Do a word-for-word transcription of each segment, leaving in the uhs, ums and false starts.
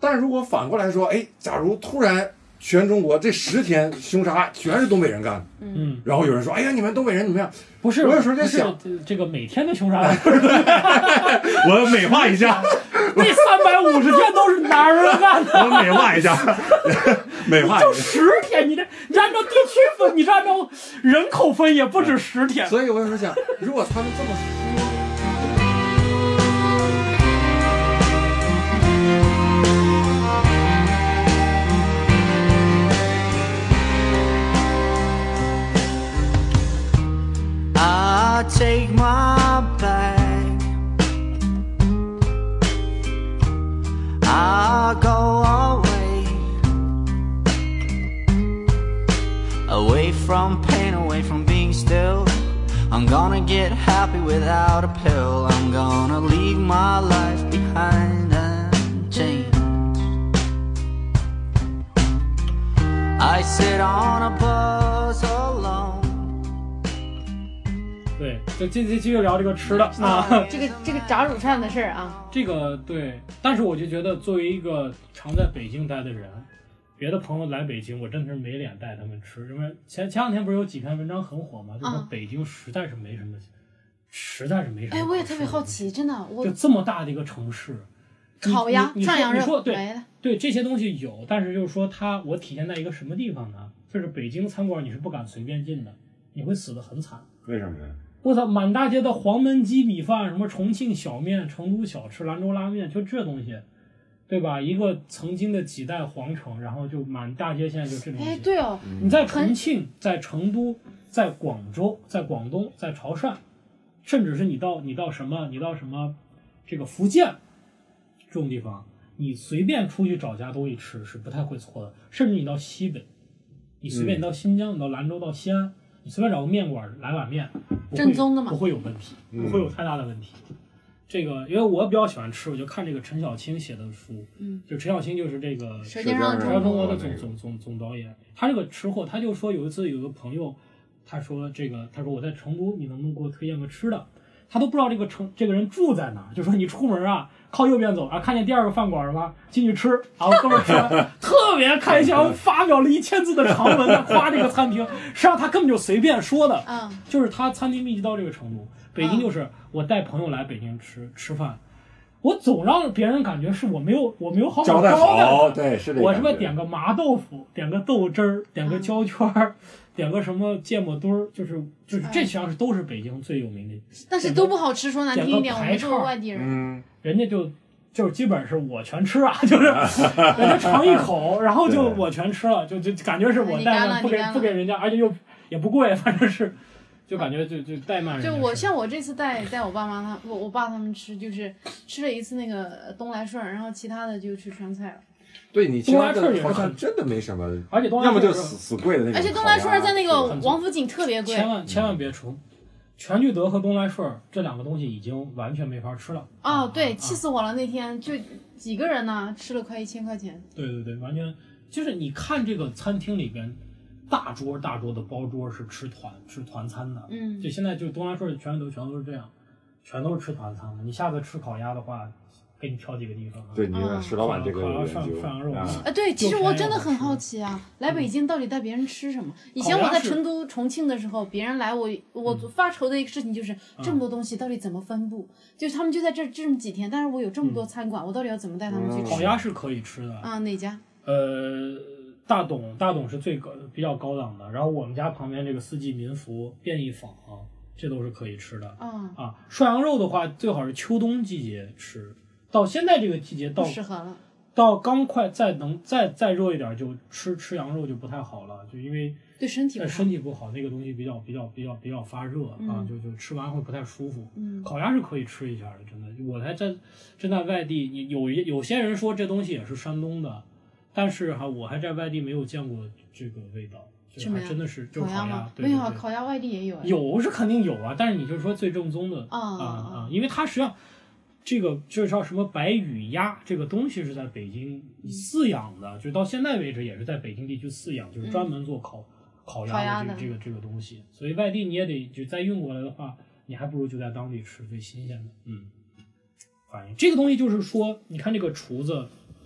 但是如果反过来说，哎，假如突然全中国这十天凶杀案全是东北人干的， 嗯， 然后有人说，哎呀，你们东北人怎么样？ 不是， 我有时候在想， 这个每天的凶杀案， 我美化一下， 那三百五十天都是哪儿人干的？ 我美化一下，美化一下， 就十天，你这你按照地区分，你是按照人口分，也不止十天。 所以我有时候想，如果他们这么说。 I take my bag, I go away, away from pain, away from being still. I'm gonna get happy without a pill. I'm gonna leave my life behind and change. I sit on a bus alone. 对，就继续继续聊这个吃的啊， 这个这个炸乳串的事儿啊， 这个对，但是我就觉得作为一个常在北京待的人，别的朋友来北京，我真的是没脸带他们吃，因为前前两天不是有几篇文章很火嘛，就说北京实在是没什么，实在是没什么。 哎，我也特别好奇，真的，我就这么大的一个城市， 烤鸭、 涮羊肉， 你说对没了。 对，这些东西有，但是就是说它，我体现在一个什么地方呢？就是北京餐馆你是不敢随便进的，你会死得很惨。 为什么呀？ 我操，满大街的黄焖鸡米饭，什么重庆小面、成都小吃、兰州拉面，就这东西，对吧？一个曾经的几代皇城，然后就满大街现在就这种东西。 哎，对哦， 你在重庆、在成都、在广州、在广东、在潮汕，甚至是你到你到什么，你到什么这个福建这种地方，你随便出去找家东西吃是不太会错的。甚至你到西北，你随便你到新疆、你到兰州、到西安，你随便找个面馆来碗面， 正宗的嘛， 不会有问题，不会有太大的问题。嗯、这个，因为我比较喜欢吃，我就看这个陈小青写的书， 嗯， 就陈小青就是这个《 舌尖上中国》的总总总总导演，他这个吃货，他就说有一次有个朋友，他说这个，他说我在成都，你能不能给我推荐个吃的？他都不知道这个城这个人住在哪，就说你出门啊，靠右边走，然后看见第二个饭馆吗？进去吃，然后哥们儿吃完特别开箱，发表了一千字的长文在夸这个餐厅。实际上他根本就随便说的， 嗯， 就是他餐厅密集到这个程度。北京就是我带朋友来北京吃吃饭，我总让别人感觉是我没有我没有好好交代好， 对，是的。 我是不是点个麻豆腐，点个豆汁儿，点个焦圈儿。点个什么芥末墩儿，就是就是这实际上是都是北京最有名的， 但是都不好吃。说难听一点，我们作为外地人， 嗯， 人家就就是基本是我全吃啊，就是人家尝一口，然后就我全吃了，就就感觉是我带慢不给不给人家，而且又也不贵，反正是就感觉就就怠慢人家。 就我像我这次带带我爸妈他我我爸他们吃，就是吃了一次那个东来顺，然后其他的就去川菜了。 对你其他的好像真的没什么， 而且要么就死死贵的那种。 而且东来顺在那个王府井特别贵， 千万千万别出。全聚德和东来顺这两个东西已经完全没法吃了。 哦，对，气死我了！那天就几个人呢，吃了快一千块钱。 对对对，完全就是你看这个餐厅里边，大桌大桌的包桌是吃团吃团餐的， 嗯， 就现在就东来顺全都全都是这样，全都是吃团餐的。你下次吃烤鸭的话。给你挑几个地方、啊， 对，你石老板这个烤鸭涮涮羊肉啊， 对，其实我真的很好奇啊，来北京到底带别人吃什么？以前我在成都、重庆的时候，别人来我我发愁的一个事情就是、嗯、这么多东西到底怎么分布？就是他们就在这这么几天，但是我有这么多餐馆，嗯、我到底要怎么带他们去吃？ 烤鸭是可以吃的啊，哪家？ 呃，大董，大董是最高比较高档的，然后我们家旁边这个四季民福、便宜坊、啊，这都是可以吃的。 啊啊，涮羊肉的话，最好是秋冬季节吃。到现在这个季节到适合了， 到刚快再能再再热一点就吃吃羊肉就不太好了，就因为对身体不好身体不好，那个东西比较比较比较比较发热、 嗯、 啊，就就吃完会不太舒服。 嗯， 烤鸭是可以吃一下的，真的。我还在真在外地，你有有些人说这东西也是山东的，但是哈，我还在外地没有见过这个味道。 什么呀？ 真的是就是烤鸭， 没有啊，烤鸭外地也有。 有是肯定有啊，但是你就是说最正宗的啊啊啊，因为它实际上。这个就是叫什么白羽鸭，这个东西是在北京饲养的，就到现在为止也是在北京地区饲养，就是专门做烤、嗯、烤鸭的这个这个这个东西。所以外地你也得就再运过来的话，你还不如就在当地吃最新鲜的。嗯，反正这个东西就是说，你看这个厨子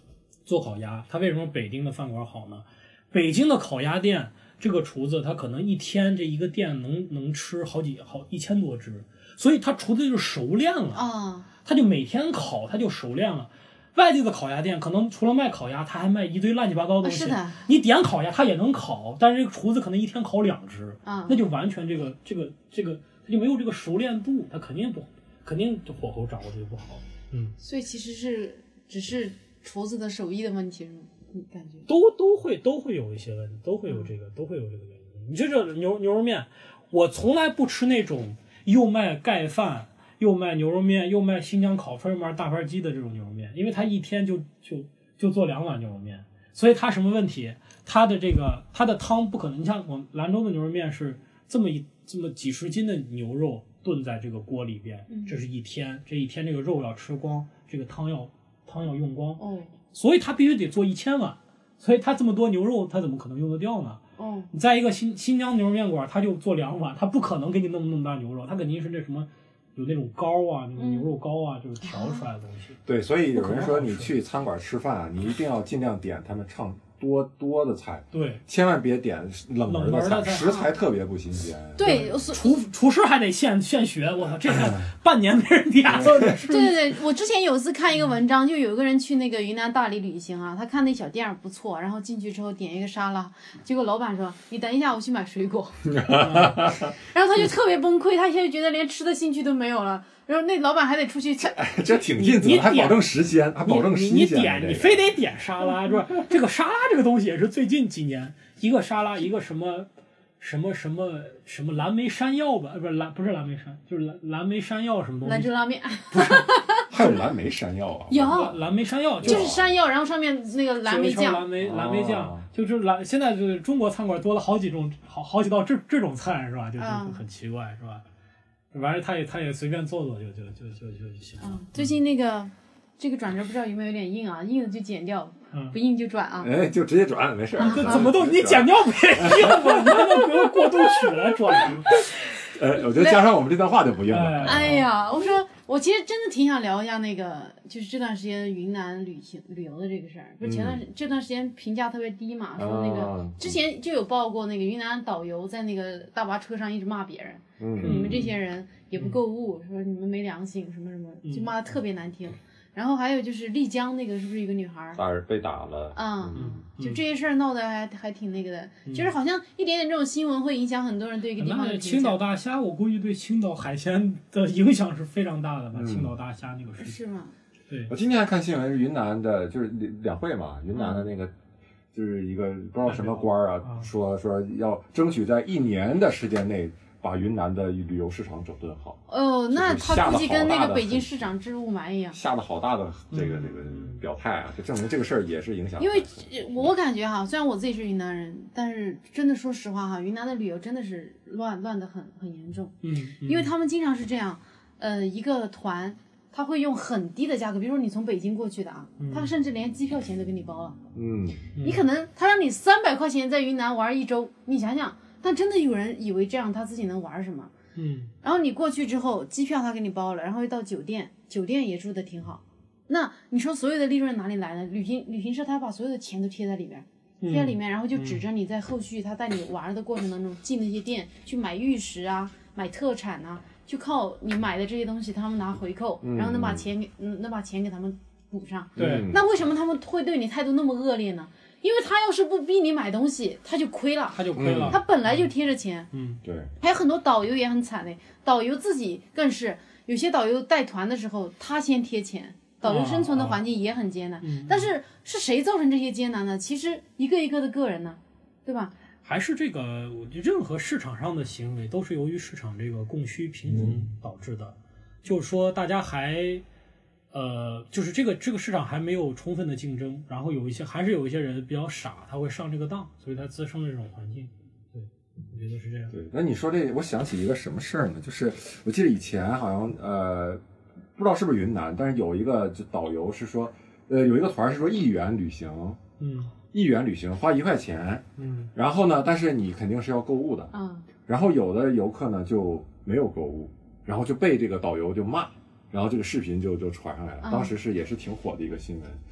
做烤鸭，他为什么北京的饭馆好呢？北京的烤鸭店，这个厨子他可能一天这一个店能能吃好几好一千多只，所以他厨子就熟练了啊， 他就每天烤，他就熟练了。外地的烤鸭店可能除了卖烤鸭，他还卖一堆乱七八糟的东西。 啊、是的， 你点烤鸭他也能烤，但是这个厨子可能一天烤两只， 啊， 那就完全这个这个这个他就没有这个熟练度，他肯定不肯定火候掌握的就不好。嗯， 所以其实是只是厨子的手艺的问题，是吗？你感觉都都会都会有一些问题，都会有这个、嗯、都会有这个原因。你就这牛牛肉面，我从来不吃那种又卖盖饭又卖牛肉面又卖新疆烤串又卖大盘鸡的这种牛肉面，因为他一天就就就做两碗牛肉面，所以他什么问题？他的这个他的汤不可能，你像我们兰州的牛肉面是这么一这么几十斤的牛肉炖在这个锅里边，这是一天，这一天这个肉要吃光，这个汤要汤要用光， 哦， 所以他必须得做一千碗，所以他这么多牛肉，他怎么可能用得掉呢？ 哦， 你在一个新新疆牛肉面馆，他就做两碗，他不可能给你弄那么大牛肉，他肯定是这什么有那种膏啊，那种牛肉膏啊，就是调出来的东西。 对，所以有人说你去餐馆吃饭啊，你一定要尽量点他们唱多多的菜， 对， 千万别点冷门的菜， 的菜食材特别不新鲜。 对， 厨厨师还得现现学，我操，这个半年没人点了。对对对，我之前有次看一个文章，就有一个人去那个云南大理旅行啊，他看那小店不错，然后进去之后点一个沙拉，结果老板说你等一下我去买水果，然后他就特别崩溃，他现在觉得连吃的兴趣都没有了。然后那老板还得出去， 这挺尽责，还保证时间，还保证新鲜。 你点，你非得点沙拉是吧？这个沙拉这个东西也是最近几年，一个沙拉，一个什么什么什么什么蓝莓山药吧，不是蓝不是蓝莓山，就是蓝蓝莓山药什么东西？ 兰州拉面。 不是， 还有蓝莓山药啊？ 有蓝莓山药， 就是山药，然后上面那个蓝莓酱， 蓝莓蓝莓酱，就是蓝。现在就是中国餐馆多了好几种，好好几道这这种菜是吧？就是很奇怪是吧？完了，他也他也随便做做就就就就就就行了。 嗯，最近那个这个转折不知道有没有点硬啊？硬的就剪掉，嗯、不硬就转啊。 哎，就直接转，没事。 啊、这怎么都你剪掉不也硬吗？你都不用过渡曲来转。 呃，我觉得加上我们这段话就不硬了。 哎呀，我说我其实真的挺想聊一下那个，就是这段时间云南旅行旅游的这个事儿。不是前段、嗯、这段时间评价特别低嘛，说那个、啊、之前就有报过那个云南导游在那个大巴车上一直骂别人。 嗯， 说你们这些人也不购物，嗯、说你们没良心，什么什么，就骂的特别难听。嗯、然后还有就是丽江那个是不是一个女孩打被打了？ 嗯，嗯就这些事儿闹得还还挺那个的，嗯、就是好像一点点这种新闻会影响很多人对一个地方的评价。 青岛大虾，我估计对青岛海鲜的影响是非常大的吧？嗯、青岛大虾那个事情是吗？ 对， 我今天还看新闻，是云南的，就是两会嘛，云南的那个。嗯就是一个不知道什么官啊，啊说说要争取在一年的时间内把云南的旅游市场整顿好。 哦，那他估计跟那个北京市长治雾霾一样， 下了好大的这个、嗯、这个表态啊，就证明这个事儿也是影响。 因为我感觉哈，虽然我自己是云南人，但是真的说实话哈，云南的旅游真的是乱乱的很很严重。 嗯，嗯因为他们经常是这样，呃，一个团。他会用很低的价格，比如说你从北京过去的啊，嗯、他甚至连机票钱都给你包了。 嗯， 你可能他让你三百块钱在云南玩一周，你想想，但真的有人以为这样他自己能玩什么？ 嗯， 然后你过去之后，机票他给你包了，然后又到酒店，酒店也住得挺好。那你说所有的利润哪里来呢？旅行旅行社他把所有的钱都贴在里边，贴在里面，然后就指着你在后续他带你玩的过程当中进那些店去买玉石啊，买特产啊。就靠你买的这些东西，他们拿回扣，嗯、然后能把钱给，嗯，能把钱给他们补上。 对， 那为什么他们会对你态度那么恶劣呢？因为他要是不逼你买东西，他就亏了， 他就亏了。 他本来就贴着钱。 嗯， 对。 还有很多导游也很惨嘞，导游自己更是，有些导游带团的时候，他先贴钱，导游生存的环境也很艰难。 啊啊、 但是是谁造成这些艰难呢？其实一个一个的个人呢，对吧？ 还是这个，我觉得任何市场上的行为都是由于市场这个供需平衡导致的。嗯、就是说，大家还，呃，就是这个这个市场还没有充分的竞争，然后有一些还是有一些人比较傻，他会上这个当，所以他滋生了这种环境。对，我觉得是这样。 对，那你说这，我想起一个什么事儿呢？就是我记得以前好像呃，不知道是不是云南，但是有一个就导游是说，呃，有一个团是说一元旅行， 嗯。 一元旅行花一块钱， 嗯， 然后呢，但是你肯定是要购物的， 嗯， 然后有的游客呢就没有购物，然后就被这个导游就骂，然后这个视频就就传上来了， 嗯、 当时是也是挺火的一个新闻，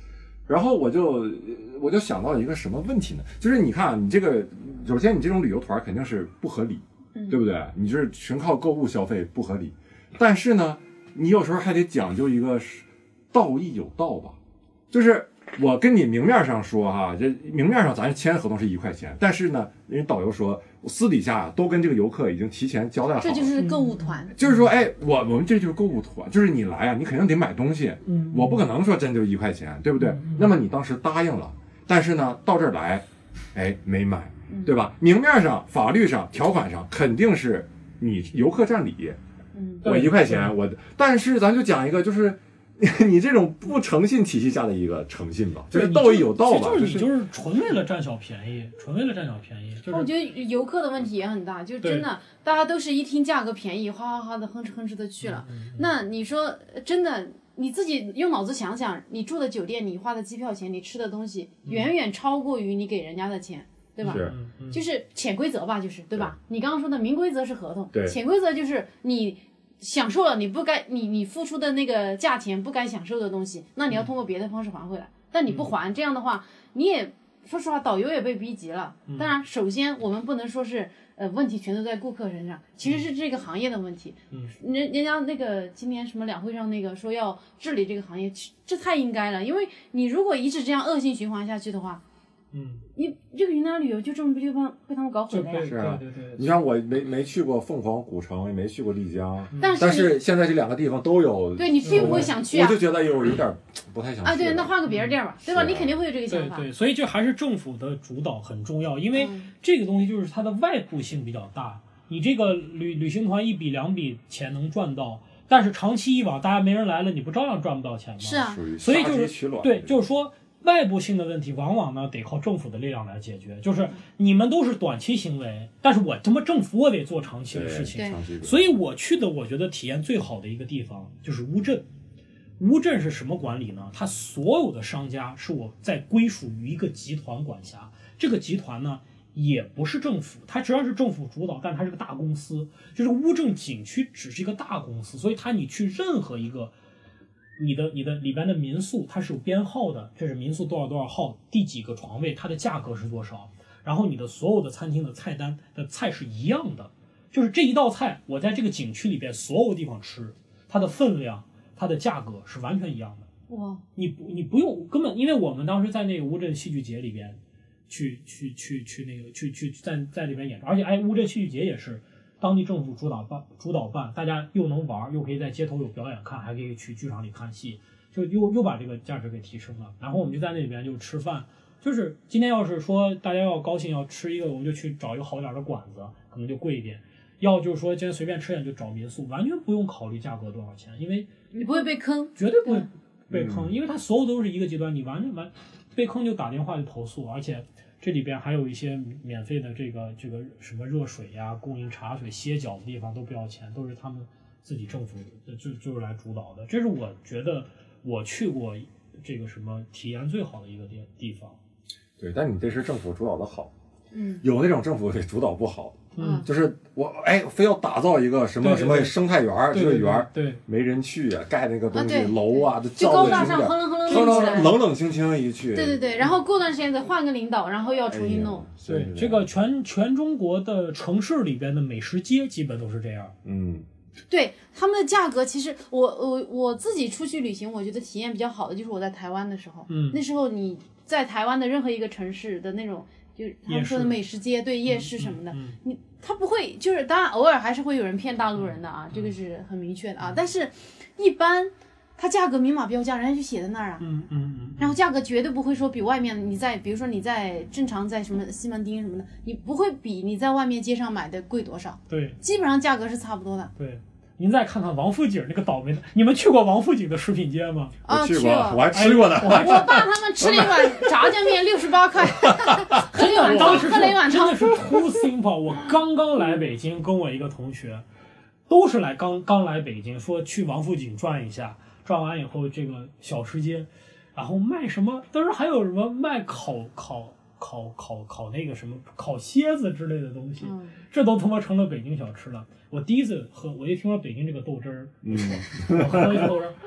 然后我就我就想到一个什么问题呢？就是你看，你这个首先你这种旅游团肯定是不合理， 嗯、 对不对？你就是纯靠购物消费不合理，但是呢，你有时候还得讲究一个道义有道吧，就是我跟你明面上说哈，这明面上咱签合同是一块钱，但是呢，人家导游说私底下都跟这个游客已经提前交代好了， 这就是购物团， 嗯、就是说，哎，我我们这就是购物团，就是你来啊，你肯定得买东西， 嗯， 我不可能说真就一块钱，对不对？ 嗯、 那么你当时答应了，但是呢，到这儿来，哎，没买，对吧？明面上、法律上、条款上肯定是你游客占理， 嗯， 我一块钱，我，但是咱就讲一个，就是你这种不诚信体系下的一个诚信吧，就是道义有道吧， 就是你就是纯为了占小便宜，纯为了占小便宜。就是我觉得游客的问题也很大，就是真的，大家都是一听价格便宜，哗哗哗的哼哧哼哧的去了。 嗯嗯、 那你说真的，你自己用脑子想想，你住的酒店，你花的机票钱，你吃的东西，远远超过于你给人家的钱。对吧？ 是， 就是潜规则吧，就是对吧？对，你刚刚说的明规则是合同， 对， 潜规则就是你享受了你不该你你付出的那个价钱不该享受的东西，那你要通过别的方式还回来。嗯、但你不还，这样的话，你也说实话，导游也被逼急了。 嗯、 当然，首先我们不能说是呃问题全都在顾客身上，其实是这个行业的问题。 嗯， 人人家那个今年什么两会上那个说要治理这个行业，这太应该了，因为你如果一直这样恶性循环下去的话。 嗯， 你这个云南旅游就这么不就被被他们搞毁了呀？ 是啊， 对对对。 你像我没没去过凤凰古城，也没去过丽江， 嗯、但是但是现在这两个地方都有。 对你并不会想去啊。 我就觉得有有点不太想去啊。对，那换个别的地儿吧，对吧？ 啊、 你肯定会有这个想法。 对对，所以就还是政府的主导很重要，因为这个东西就是它的外部性比较大。你这个旅旅行团一笔两笔钱能赚到，但是长期以往大家没人来了，你不照样赚不到钱吗？ 是啊。 所以就是对，就是说。外部性的问题往往呢得靠政府的力量来解决，就是你们都是短期行为，但是我他妈政府我得做长期的事情，所以我去的我觉得体验最好的一个地方就是乌镇。乌镇是什么管理呢？它所有的商家是我在归属于一个集团管辖，这个集团呢也不是政府，它实际上是政府主导，但它是个大公司，就是乌镇景区只是一个大公司，所以它你去任何一个。你的你的里边的民宿它是有编号的，这是民宿多少多少号，第几个床位，它的价格是多少，然后你的所有的餐厅的菜单的菜是一样的，就是这一道菜我在这个景区里边所有地方吃，它的分量它的价格是完全一样的。 哇， 你不你不用根本，因为我们当时在那个乌镇戏剧节里边去去去去那个去去在在里边演出，而且哎乌镇戏剧节也是当地政府主导办，主导办，大家又能玩，又可以在街头有表演看，还可以去剧场里看戏，就又又把这个价值给提升了。然后我们就在那里边就吃饭，就是今天要是说大家要高兴要吃一个，我们就去找一个好点的馆子，可能就贵一点；要就是说今天随便吃点就找民宿，完全不用考虑价格多少钱，因为你不会被坑， 绝对不会被坑， 嗯、 因为它所有都是一个极端，你完全完被坑就打电话就投诉，而且。这里边还有一些免费的这个这个什么热水呀、供应茶水、歇脚的地方都不要钱，都是他们自己政府就就是来主导的。这是我觉得我去过这个什么体验最好的一个地地方。 对，但你这是政府主导的好， 嗯， 有那种政府主导不好， 嗯， 就是我哎非要打造一个什么对对对什么生态园，这个园对没人去啊，盖那个东西、 啊、 楼啊， 就高大上，哼楞哼楞哼楞起来， 冷冷清清一去， 对对对，然后过段时间再换个领导，然后又要重新弄。 哎、 对，对这个全全中国的城市里边的美食街基本都是这样， 嗯。 对他们的价格，其实我我我自己出去旅行，我觉得体验比较好的就是我在台湾的时候， 嗯， 那时候你在台湾的任何一个城市的那种，就是他们说的美食街，对夜市什么的， 嗯嗯、 你他不会，就是当然偶尔还是会有人骗大陆人的啊，嗯、这个是很明确的啊，但是一般它价格明码标价，人家就写在那儿啊， 嗯嗯嗯， 然后价格绝对不会说比外面你在，比如说你在正常在什么西门町什么的，你不会比你在外面街上买的贵多少， 对， 基本上价格是差不多的， 对。您再看看王府井那个倒霉的，你们去过王府井的食品街吗？ 啊， 去过， 我还吃过呢。 哎、我爸他们吃了一碗炸酱面，六十八块，喝了一碗汤，喝了一碗汤， 真的是 too simple。我刚刚来北京，跟我一个同学，都是来刚刚来北京，说去王府井转一下，转完以后这个小吃街，然后卖什么？当时还有什么卖烤烤烤烤烤那个什么烤蝎子之类的东西， 嗯、 这都他妈成了北京小吃了。我第一次喝，我一听说北京这个豆汁儿， 嗯， 我喝一豆汁儿，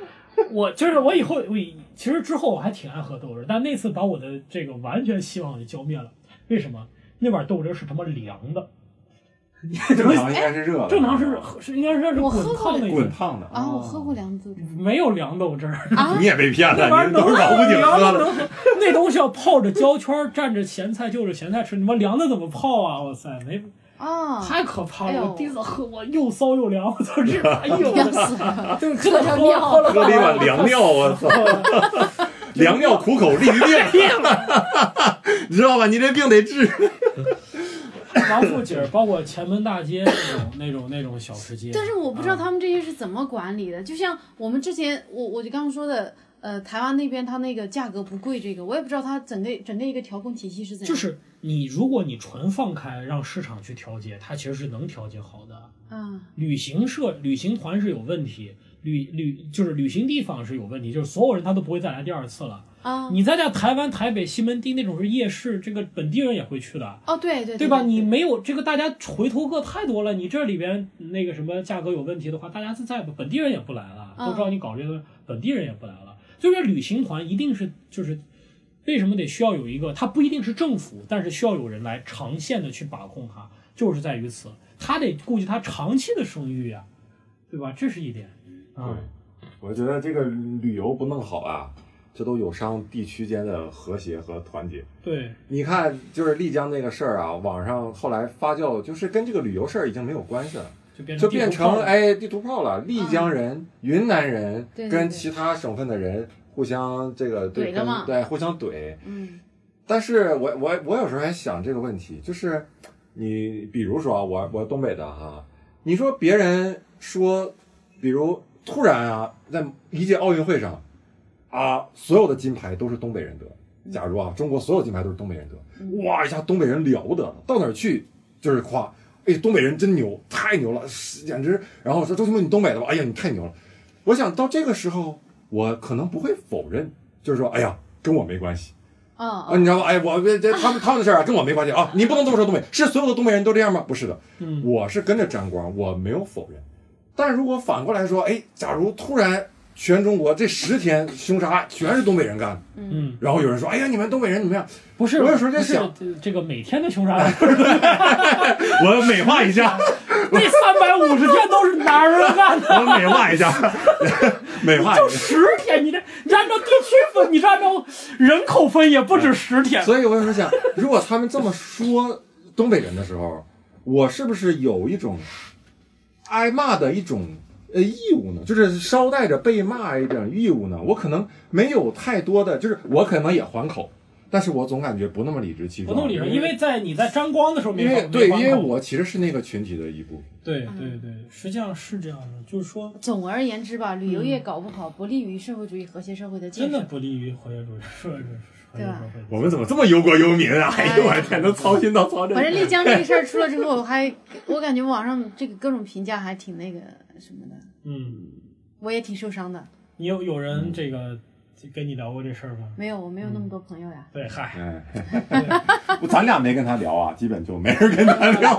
我就是我以后我其实之后我还挺爱喝豆汁，但那次把我的这个完全希望就浇灭了。为什么？那碗豆汁是他妈凉的。 正常应该是热的， 正常是是应该是滚烫的， 滚烫的啊！我喝过凉豆汁， 没有凉豆汁儿啊！ 你也被骗了，你都是老不景喝的。 那东西要泡着焦圈，蘸着咸菜，就着咸菜吃。你们凉的怎么泡啊？哇塞，没啊， 太可怕了！ 哎、 我第一次喝，我又骚又凉，我操这，哎呦， 就真的喝喝了喝了一碗凉尿，我操！凉尿苦口利于病，你知道吧？你这病得治。 王府井包括前门大街那种那种那种小吃街， 但是我不知道他们这些是怎么管理的。啊、就像我们之前我我就刚刚说的，呃，台湾那边它那个价格不贵，这个我也不知道它整个整个一个调控体系是怎样。 就是你如果你纯放开让市场去调节，它其实是能调节好的。 嗯， 旅行社旅行团是有问题，旅旅就是旅行地方是有问题，就是所有人他都不会再来第二次了。 啊， 你在家台湾台北西门町那种是夜市，这个本地人也会去的。 哦，对对 对, 对吧？你没有这个，大家回头客太多了。你这里边那个什么价格有问题的话，大家是在本地人也不来了，都知道你搞这个，本地人也不来了。所以说旅行团一定是就是为什么得需要有一个，它不一定是政府，但是需要有人来长线的去把控它，就是在于此，他得顾及他长期的声誉呀、啊，对吧？这是一点。啊、 嗯，我觉得这个旅游不弄好啊。这都有伤地区间的和谐和团结。 对， 你看，就是丽江那个事儿啊，网上后来发酵，就是跟这个旅游事儿已经没有关系了， 就变成就变成哎地图炮了。 嗯、 丽江人、云南人对对对跟其他省份的人互相这个对跟对互相怼。 嗯， 但是我我我有时候还想这个问题，就是你比如说我我东北的哈，你说别人说，比如突然啊，在一届奥运会上。啊，所有的金牌都是东北人得。假如啊，中国所有金牌都是东北人得，哇一下东北人了不得了，到哪儿去就是夸，哎，东北人真牛，太牛了，简直。然后说周奇墨你东北的吧，哎呀你太牛了。我想到这个时候，我可能不会否认，就是说，哎呀，跟我没关系。 啊、 啊，你知道吗？哎，我这他们他们的事儿啊，跟我没关系啊。你不能这么说东北，是所有的东北人都这样吗？不是的， 嗯， 我是跟着沾光，我没有否认。但如果反过来说，哎，假如突然。全中国这十天凶杀案全是东北人干的， 嗯， 然后有人说，哎呀，你们东北人怎么样？ 不是， 我有时候在想， 这个每天的凶杀案， 我美化一下， 那三百五十天都是哪人干的？ 我美化一下，美化一下， 就十天，你这你按照地区分，你按照人口分也不止十天。 所以我有时候想，如果他们这么说东北人的时候，我是不是有一种挨骂的一种？呃，义务呢，就是捎带着被骂一点义务呢。我可能没有太多的，就是我可能也还口，但是我总感觉不那么理直气壮。 不那么理直，因为在你在沾光的时候没， 因为对，因为我其实是那个群体的一部分。 对对对，实际上是这样的，就是说， 总而言之吧，旅游业搞不好，不利于社会主义和谐社会的建设。 真的不利于和谐主义社会。 对吧？ 我们怎么这么忧国忧民啊？哎呦我的天，都操心到操这。 反正丽江这个事儿出了之后，还我感觉网上这个各种评价还挺那个什么的。 嗯， 我也挺受伤的。 你有有人这个跟你聊过这事儿吗？ 没有，我没有那么多朋友呀。 对，嗨， 哎，咱俩没跟他聊啊，基本就没人跟他聊。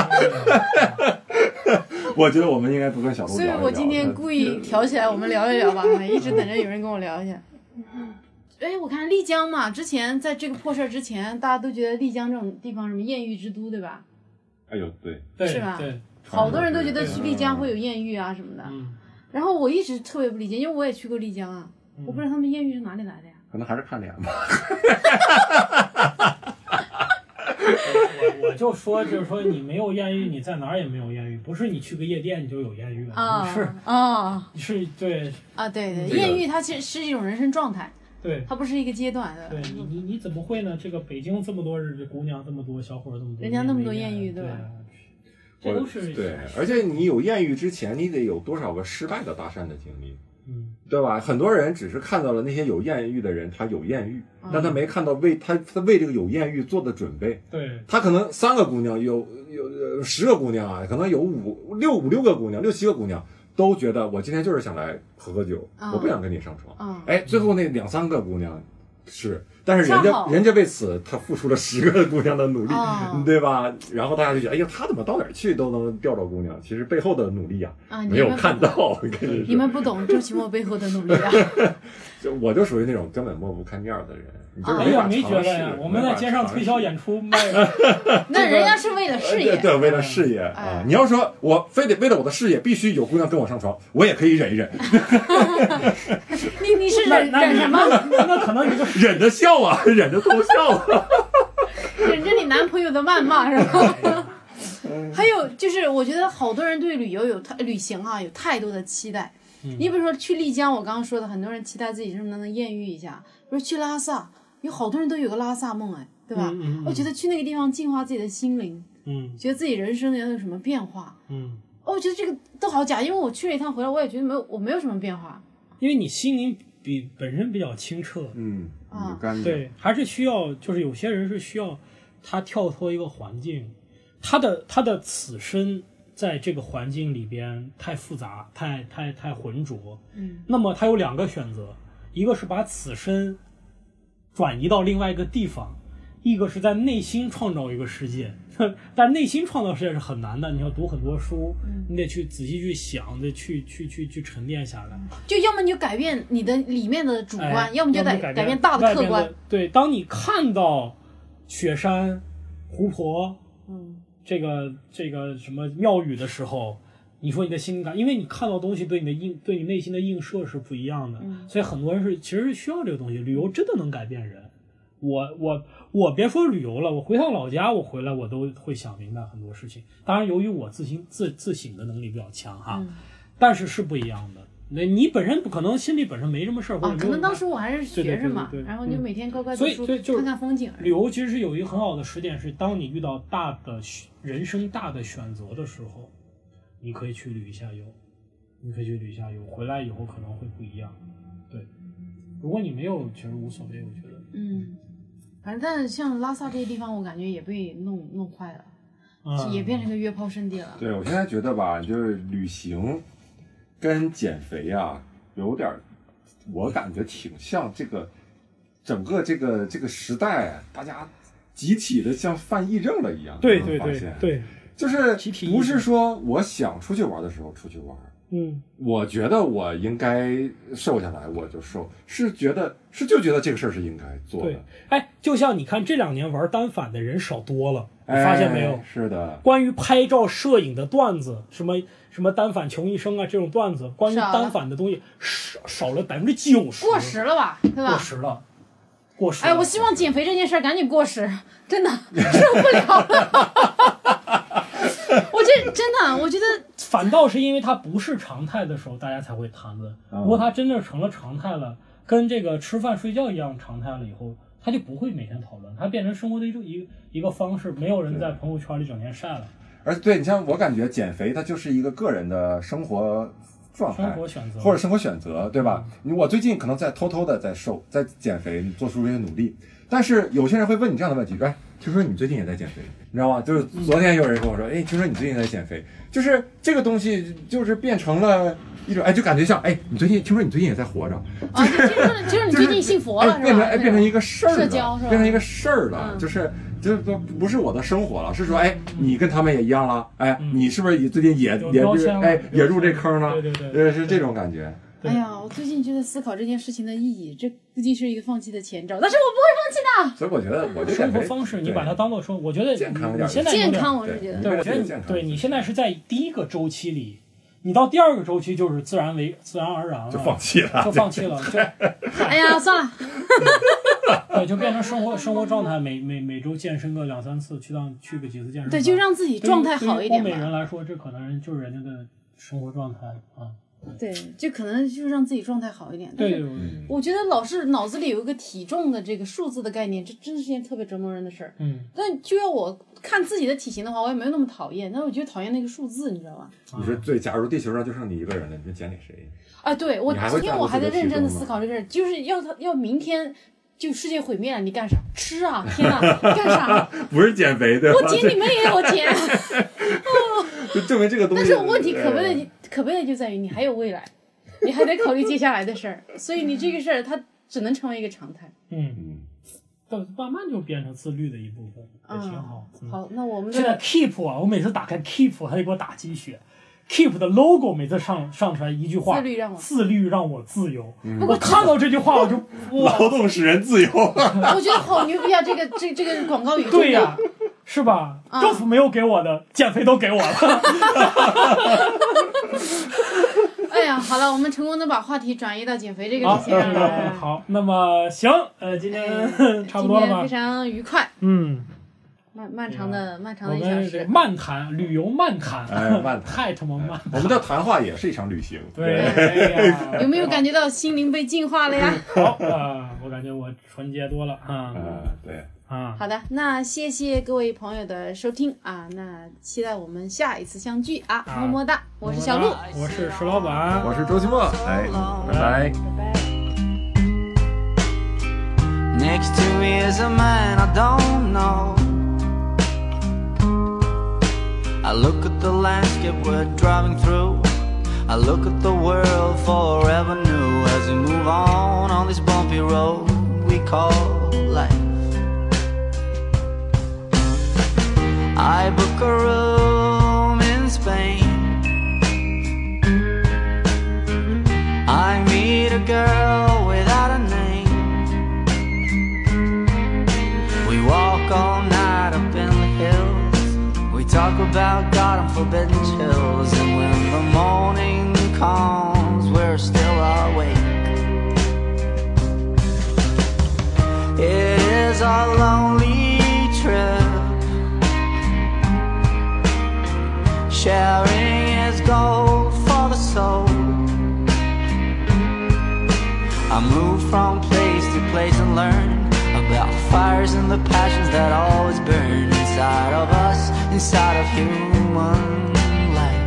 我觉得我们应该多跟小鹿聊一聊。 所以我今天故意挑起来，我们聊一聊吧，一直等着有人跟我聊一下。哎，我看丽江嘛，之前在这个破事儿之前，大家都觉得丽江这种地方什么艳遇之都，对吧？ 哎呦，对， 是吧？ 对， 好多人都觉得去丽江会有艳遇啊什么的。 嗯。 然后我一直特别不理解，因为我也去过丽江啊，嗯、我不知道他们艳遇是哪里来的呀？ 可能还是看脸吧。 我我就说，就是说你没有艳遇，你在哪儿也没有艳遇，不是你去个夜店你就有艳遇了， 啊、 是啊， 是，对啊，对对，艳遇它其实是一种人生状态。 对， 它不是一个阶段的。 对你，你你怎么会呢？这个北京这么多姑娘，这么多小伙，这么多， 人家那么多艳遇，对吧？ 这都是对，而且你有艳遇之前，你得有多少个失败的搭讪的经历， 嗯， 对吧？很多人只是看到了那些有艳遇的人，他有艳遇，嗯、但他没看到为他他为这个有艳遇做的准备。 对， 他可能三个姑娘有有十个姑娘啊，可能有五六五六个姑娘，六七个姑娘。都觉得我今天就是想来喝喝酒， 嗯、 我不想跟你上床。 嗯、 哎，最后那两三个姑娘是但是人家恰好人家为此他付出了十个姑娘的努力， 哦对吧？然后大家就觉得，哎呀，他怎么到哪儿去都能钓着姑娘？其实背后的努力呀、 啊， 没有你们看到。跟你说你们不懂周奇墨背后的努力啊！ 就我就属于那种根本抹不开面儿的人，你就是哎呀， 没法没觉得尝试呀，我们在街上推销演出卖， 那人家是为了事业对，对，为了事业啊哎！ 你要说我非得为了我的事业必须有姑娘跟我上床，我也可以忍一忍， 你你是那那你忍忍什么？ 那那可能你就忍着笑啊，忍着偷笑啊。 忍着你男朋友的谩骂是吧？还有就是，我觉得好多人对旅游有太旅行啊有太多的期待。你比如说去丽江，我刚刚说的，很多人期待自己是不是能艳遇一下。比如去拉萨，有好多人都有个拉萨梦，哎，对吧？ 嗯嗯嗯我觉得去那个地方净化自己的心灵， 嗯觉得自己人生有什么变化。 嗯， 哦，我觉得这个都好假，因为我去了一趟回来，我也觉得没有，我没有什么变化。 因为你心灵比本身比较清澈， 嗯， 啊有干净。 对，还是需要，就是有些人是需要他跳脱一个环境，他的他的此生在这个环境里边太复杂，太太太浑浊， 嗯， 那么他有两个选择，一个是把此生转移到另外一个地方，一个是在内心创造一个世界。但内心创造世界是很难的，你要读很多书， 嗯你得去仔细去想，得去去去去沉淀下来。 就要么你就改变你的里面的主观， 哎、 要么就得改改变大的客观。 对，当你看到雪山、湖泊， 嗯， 这个这个什么庙宇的时候，你说你的心感，因为你看到东西对你的映对你内心的映射是不一样的， 嗯、 所以很多人是其实是需要这个东西。旅游真的能改变人。我我我别说旅游了，我回趟老家，我回来我都会想明白很多事情。当然，由于我自行自自省的能力比较强哈， 嗯、 但是是不一样的。那你本身可能心里本身没什么事儿，或者啊，可能当时我还是学生嘛， 对对对对对然后就每天乖乖读所以书， 所以就是看看风景而已。 旅游其实是有一个很好的时点，是当你遇到大的人生大的选择的时候，你可以去旅一下游，你可以去旅一下游，回来以后可能会不一样。对，如果你没有，其实无所谓，我觉得。 嗯，反正但是像拉萨这些地方，我感觉也被弄弄坏了， 嗯、 也变成个约炮圣地了。 对，我现在觉得吧，就是旅行跟减肥啊，有点，我感觉挺像这个整个这个这个时代啊，大家集体的像犯癔症了一样。 对对对对对， 就是集体不是说我想出去玩的时候出去玩。 嗯， 我觉得我应该瘦下来，我就瘦，是觉得是就觉得这个事儿是应该做的。 对，哎，就像你看这两年玩单反的人少多了，你发现没有？ 哎、是的。 关于拍照摄影的段子，什么什么单反穷一生啊这种段子，关于单反的东西少少了百分之九十， 过时了吧？对吧？ 过时了，过时了。 哎，我希望减肥这件事儿赶紧过时，真的受不了了。我这真的，我觉得反倒是因为它不是常态的时候，大家才会谈论。 嗯、 如果它真的成了常态了，跟这个吃饭睡觉一样常态了以后，它就不会每天讨论，它变成生活的一种一个一个方式，没有人在朋友圈里整天晒了。 而对你像我感觉减肥它就是一个个人的生活状态， 生活选择或者生活选择，对吧？嗯、我最近可能在偷偷的在瘦，在减肥，做出一些努力。但是有些人会问你这样的问题，哎，听说你最近也在减肥，你知道吗？就是昨天有人跟我说，哎，听说你最近在减肥，就是这个东西就是变成了一种，哎，就感觉像，哎，你最近听说你最近也在活着， 啊，就听说听说你最近信佛了， 哎、变成哎变成一个事儿了， 社交是吧？ 变成一个事儿了， 嗯、 就是就不不是我的生活了，是说，哎，你跟他们也一样了，哎， 嗯、 你是不是也最近也也哎也入这坑了？ 对对对， 呃，是这种感觉。 哎呀，我最近就在思考这件事情的意义，这估计是一个放弃的前兆，但是我不会放弃的。 所以我觉得，我生活方式你把它当做说，我觉得健康一点， 你现在健康，我是觉得， 对，我觉得对你现在是在第一个周期里，你到第二个周期就是自然为自然而然了， 就放弃了， 就放弃了，就哎呀，算了， 对，就变成生活生活状态，每每每周健身个两三次，去趟去个几次健身， 对，就让自己状态好一点。 对于欧美人来说，这可能就是人家的生活状态啊。 对，就可能就是让自己状态好一点。 对，对我觉得老是脑子里有一个体重的这个数字的概念，这真是件特别折磨人的事儿。 嗯， 但就要我看自己的体型的话，我也没有那么讨厌，但是我觉得讨厌那个数字，你知道吧？ 你说对，假如地球上就剩你一个人了，你就减给谁？ 啊，对，我今天我还在认真的思考这个事儿，就是要他要明天就世界毁灭了，你干啥？吃啊！天哪，干啥？ 不是减肥对吧？ 我减你们也要减。 就证明这个东西。 但是问题可悲的可悲的就在于你还有未来。你还得考虑接下来的事儿，所以你这个事儿它只能成为一个常态。 嗯嗯。 但慢慢就变成自律的一部分，也挺好。 嗯、好，那我们现在 Keep 啊，我每次打开 Keep， 他就给我打鸡血。Keep 的 logo 每次上上出来一句话， 自律让我自律让我自由。 嗯、 我看到这句话我就劳动使人自由。 我觉得好牛逼啊！这个这这个广告语。 对呀、啊，是吧？嗯、政府没有给我的，减肥都给我了。 哎呀，好了，我们成功的把话题转移到减肥这个事情上了。好，那么行，呃，今天差不多了吧？ 非常愉快。 嗯。 漫漫长的漫长的一小时， 漫谈旅游漫谈， 哎，漫谈太他妈漫。 我们的谈话也是一场旅行。 对，哎、 有没有感觉到心灵被净化了呀？ 好啊、呃，我感觉我纯洁多了啊。 嗯、呃，对啊。 好的，那谢谢各位朋友的收听啊，那期待我们下一次相聚啊，啊么么哒！我是小鹿， 我是石老板， 我是周奇墨，哎，拜拜。 Next to me is a man I don't know. I look at the landscape we're driving through. I look at the world forever new as we move on on this bumpy road we call life. I book a room in Spain. I meet a girl without a name. We walk all night up in the hills. Talk about God and forbidden chills. And when the morning comes, we're still awake. It is a lonely trip. Sharing is gold for the soul. I move from place to place and learn about the fires and the passions that always burn inside of us, inside of human life.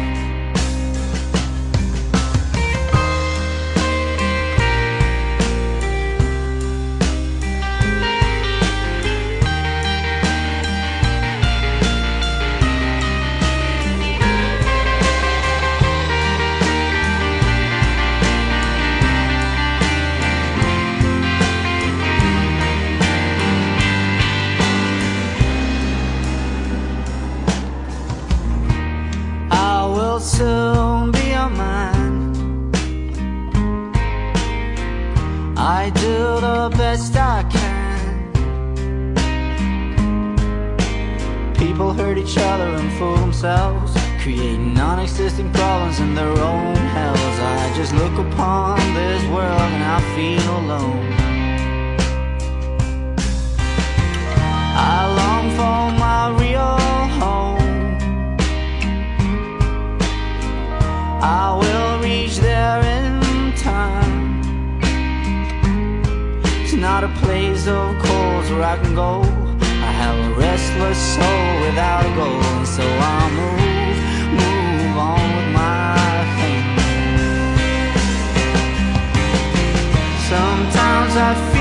Soon be a man. I do the best I can. People hurt each other and fool themselves, creating non-existing problems in their own hells. I just look upon this world and I feel alone. I long for my real home. I will reach there in time. It's not a place of course where I can go. I have a restless soul without a goal, and so I move, move on with my thing. Sometimes I feel